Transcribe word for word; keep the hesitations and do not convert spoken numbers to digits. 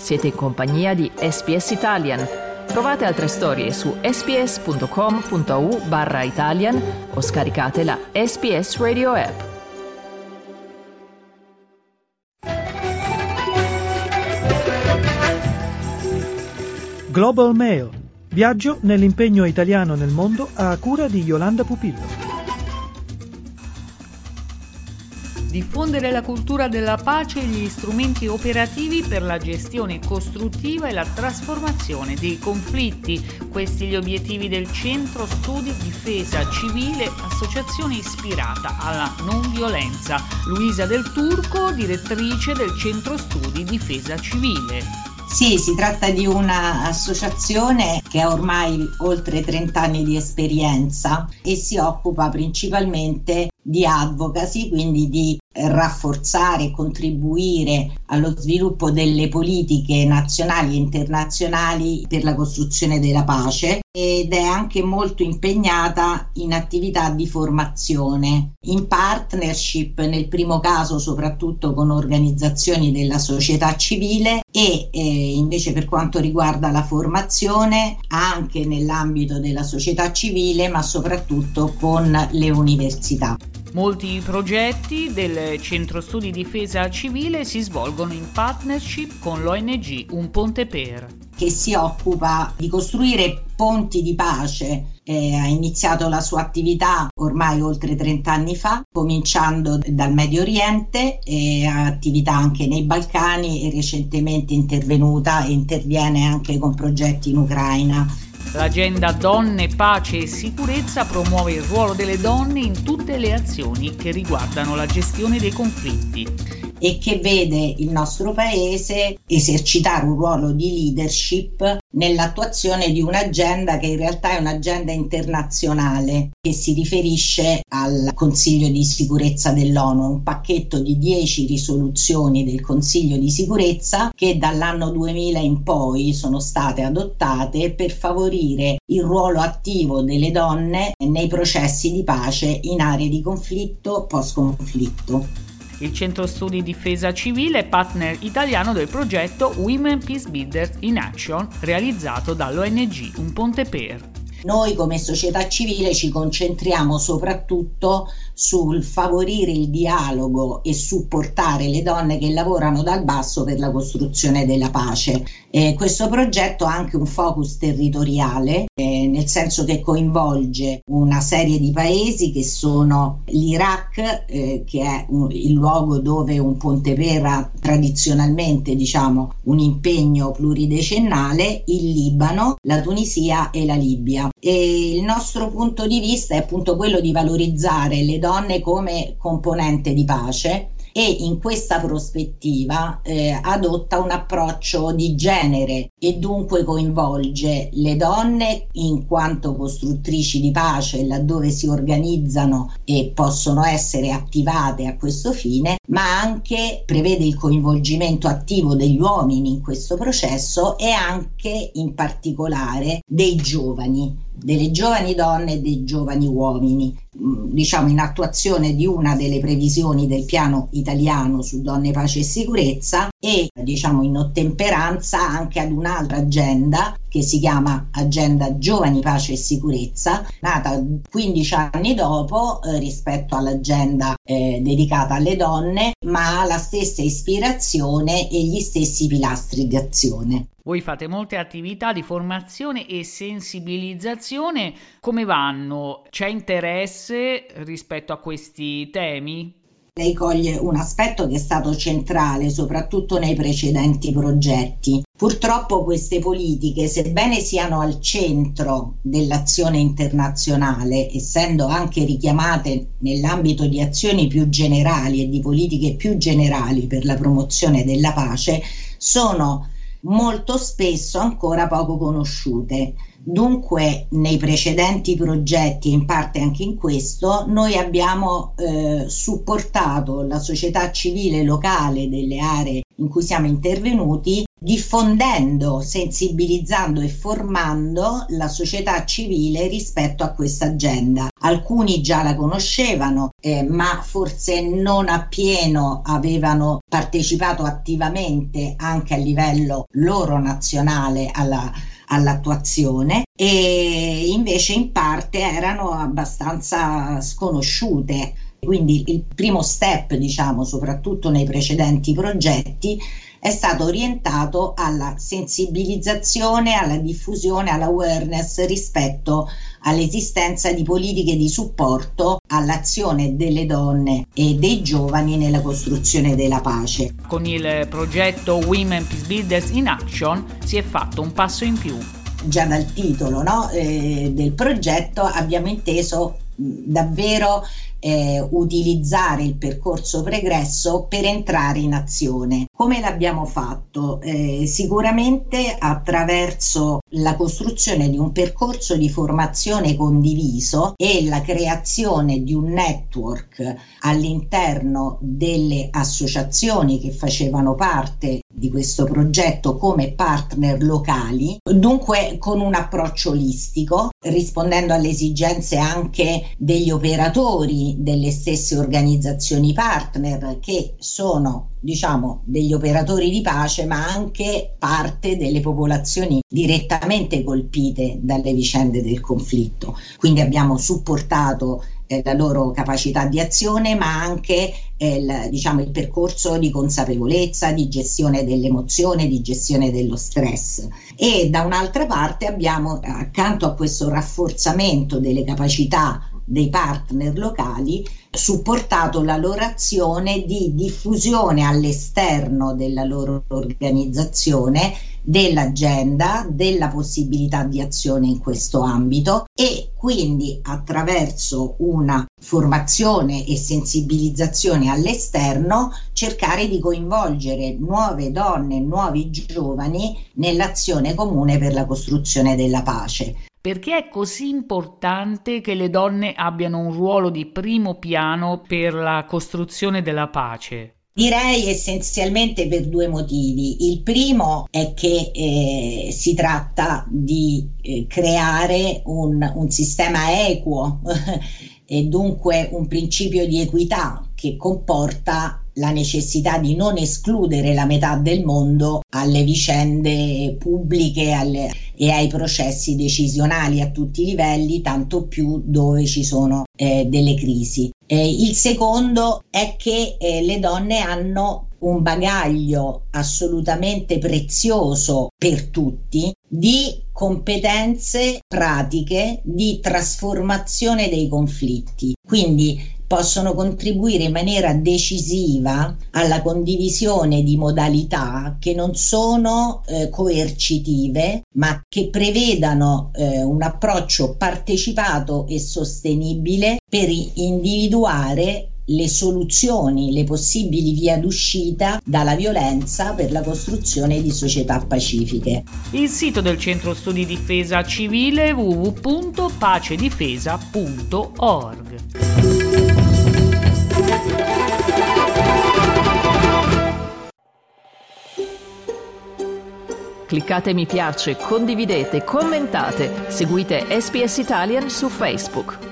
Siete in compagnia di S B S Italian. Trovate altre storie su sbs.com.au barra Italian o scaricate la S B S Radio app. Global Mail. Viaggio nell'impegno italiano nel mondo a cura di Yolanda Pupillo. Diffondere la cultura della pace e gli strumenti operativi per la gestione costruttiva e la trasformazione dei conflitti. Questi gli obiettivi del Centro Studi Difesa Civile, associazione ispirata alla non violenza. Luisa Del Turco, direttrice del Centro Studi Difesa Civile. Sì, si tratta di un'associazione che ha ormai oltre trenta anni di esperienza e si occupa principalmente di advocacy, quindi di rafforzare e contribuire allo sviluppo delle politiche nazionali e internazionali per la costruzione della pace, ed è anche molto impegnata in attività di formazione, in partnership nel primo caso soprattutto con organizzazioni della società civile e eh, invece per quanto riguarda la formazione anche nell'ambito della società civile, ma soprattutto con le università. Molti progetti del Centro Studi Difesa Civile si svolgono in partnership con l'O N G Un Ponte Per, che si occupa di costruire ponti di pace. Eh, ha iniziato la sua attività ormai oltre trenta anni fa, cominciando dal Medio Oriente, e ha attività anche nei Balcani e recentemente intervenuta e interviene anche con progetti in Ucraina. L'agenda Donne, Pace e Sicurezza promuove il ruolo delle donne in tutte le azioni che riguardano la gestione dei conflitti e che vede il nostro paese esercitare un ruolo di leadership nell'attuazione di un'agenda che in realtà è un'agenda internazionale che si riferisce al Consiglio di Sicurezza dell'ONU, un pacchetto di dieci risoluzioni del Consiglio di Sicurezza che dall'anno duemila in poi sono state adottate per favorire il ruolo attivo delle donne nei processi di pace in aree di conflitto, post-conflitto. Il Centro Studi Difesa Civile è partner italiano del progetto Women Peace Builders in Action, realizzato dall'O N G Un Ponte Per. Noi come società civile ci concentriamo soprattutto sul favorire il dialogo e supportare le donne che lavorano dal basso per la costruzione della pace. Eh, questo progetto ha anche un focus territoriale, eh, nel senso che coinvolge una serie di paesi che sono l'Iraq, eh, che è un, il luogo dove Un Ponte Per ha tradizionalmente, diciamo, un impegno pluridecennale, il Libano, la Tunisia e la Libia. E il nostro punto di vista è appunto quello di valorizzare le donne come componente di pace e in questa prospettiva eh, adotta un approccio di genere e dunque coinvolge le donne in quanto costruttrici di pace laddove si organizzano e possono essere attivate a questo fine, ma anche prevede il coinvolgimento attivo degli uomini in questo processo e anche in particolare dei giovani, delle giovani donne e dei giovani uomini, diciamo in attuazione di una delle previsioni del piano italiano su donne, pace e sicurezza e diciamo in ottemperanza anche ad un'altra agenda che si chiama Agenda Giovani, Pace e Sicurezza, nata quindici anni dopo eh, rispetto all'agenda eh, dedicata alle donne, ma ha la stessa ispirazione e gli stessi pilastri di azione. Voi fate molte attività di formazione e sensibilizzazione, come vanno? C'è interesse rispetto a questi temi? Lei coglie un aspetto che è stato centrale soprattutto nei precedenti progetti. Purtroppo queste politiche, sebbene siano al centro dell'azione internazionale, essendo anche richiamate nell'ambito di azioni più generali e di politiche più generali per la promozione della pace, sono molto spesso ancora poco conosciute. Dunque nei precedenti progetti e in parte anche in questo noi abbiamo eh, supportato la società civile locale delle aree in cui siamo intervenuti, diffondendo, sensibilizzando e formando la società civile rispetto a questa agenda. Alcuni già la conoscevano, eh, ma forse non appieno avevano partecipato attivamente anche a livello loro nazionale alla all'attuazione, e invece in parte erano abbastanza sconosciute. Quindi il primo step, diciamo, soprattutto nei precedenti progetti, è stato orientato alla sensibilizzazione, alla diffusione, all'awareness rispetto all'esistenza di politiche di supporto all'azione delle donne e dei giovani nella costruzione della pace. Con il progetto Women Peace Builders in Action si è fatto un passo in più. Già dal titolo, no, eh, del progetto abbiamo inteso davvero eh, utilizzare il percorso pregresso per entrare in azione. Come l'abbiamo fatto? Eh, sicuramente attraverso la costruzione di un percorso di formazione condiviso e la creazione di un network all'interno delle associazioni che facevano parte di questo progetto come partner locali, dunque con un approccio olistico, rispondendo alle esigenze anche degli operatori delle stesse organizzazioni partner, che sono, diciamo, degli operatori di pace, ma anche parte delle popolazioni direttamente colpite dalle vicende del conflitto. Quindi abbiamo supportato eh, la loro capacità di azione, ma anche eh, il, diciamo, il percorso di consapevolezza, di gestione dell'emozione, di gestione dello stress. E da un'altra parte abbiamo, accanto a questo rafforzamento delle capacità dei partner locali, supportato la loro azione di diffusione all'esterno della loro organizzazione dell'agenda, della possibilità di azione in questo ambito, e quindi attraverso una formazione e sensibilizzazione all'esterno cercare di coinvolgere nuove donne, nuovi giovani nell'azione comune per la costruzione della pace. Perché è così importante che le donne abbiano un ruolo di primo piano per la costruzione della pace? Direi essenzialmente per due motivi. Il primo è che eh, si tratta di eh, creare un, un sistema equo e dunque un principio di equità che comporta la necessità di non escludere la metà del mondo alle vicende pubbliche alle, e ai processi decisionali a tutti i livelli, tanto più dove ci sono eh, delle crisi. Eh, il secondo è che eh, le donne hanno un bagaglio assolutamente prezioso per tutti di competenze pratiche di trasformazione dei conflitti, quindi possono contribuire in maniera decisiva alla condivisione di modalità che non sono eh, coercitive, ma che prevedano eh, un approccio partecipato e sostenibile per individuare le soluzioni, le possibili vie d'uscita dalla violenza per la costruzione di società pacifiche. Il sito del Centro Studi Difesa Civile è w w w punto pace difesa punto org. Cliccate mi piace, condividete, commentate, seguite S B S Italian su Facebook.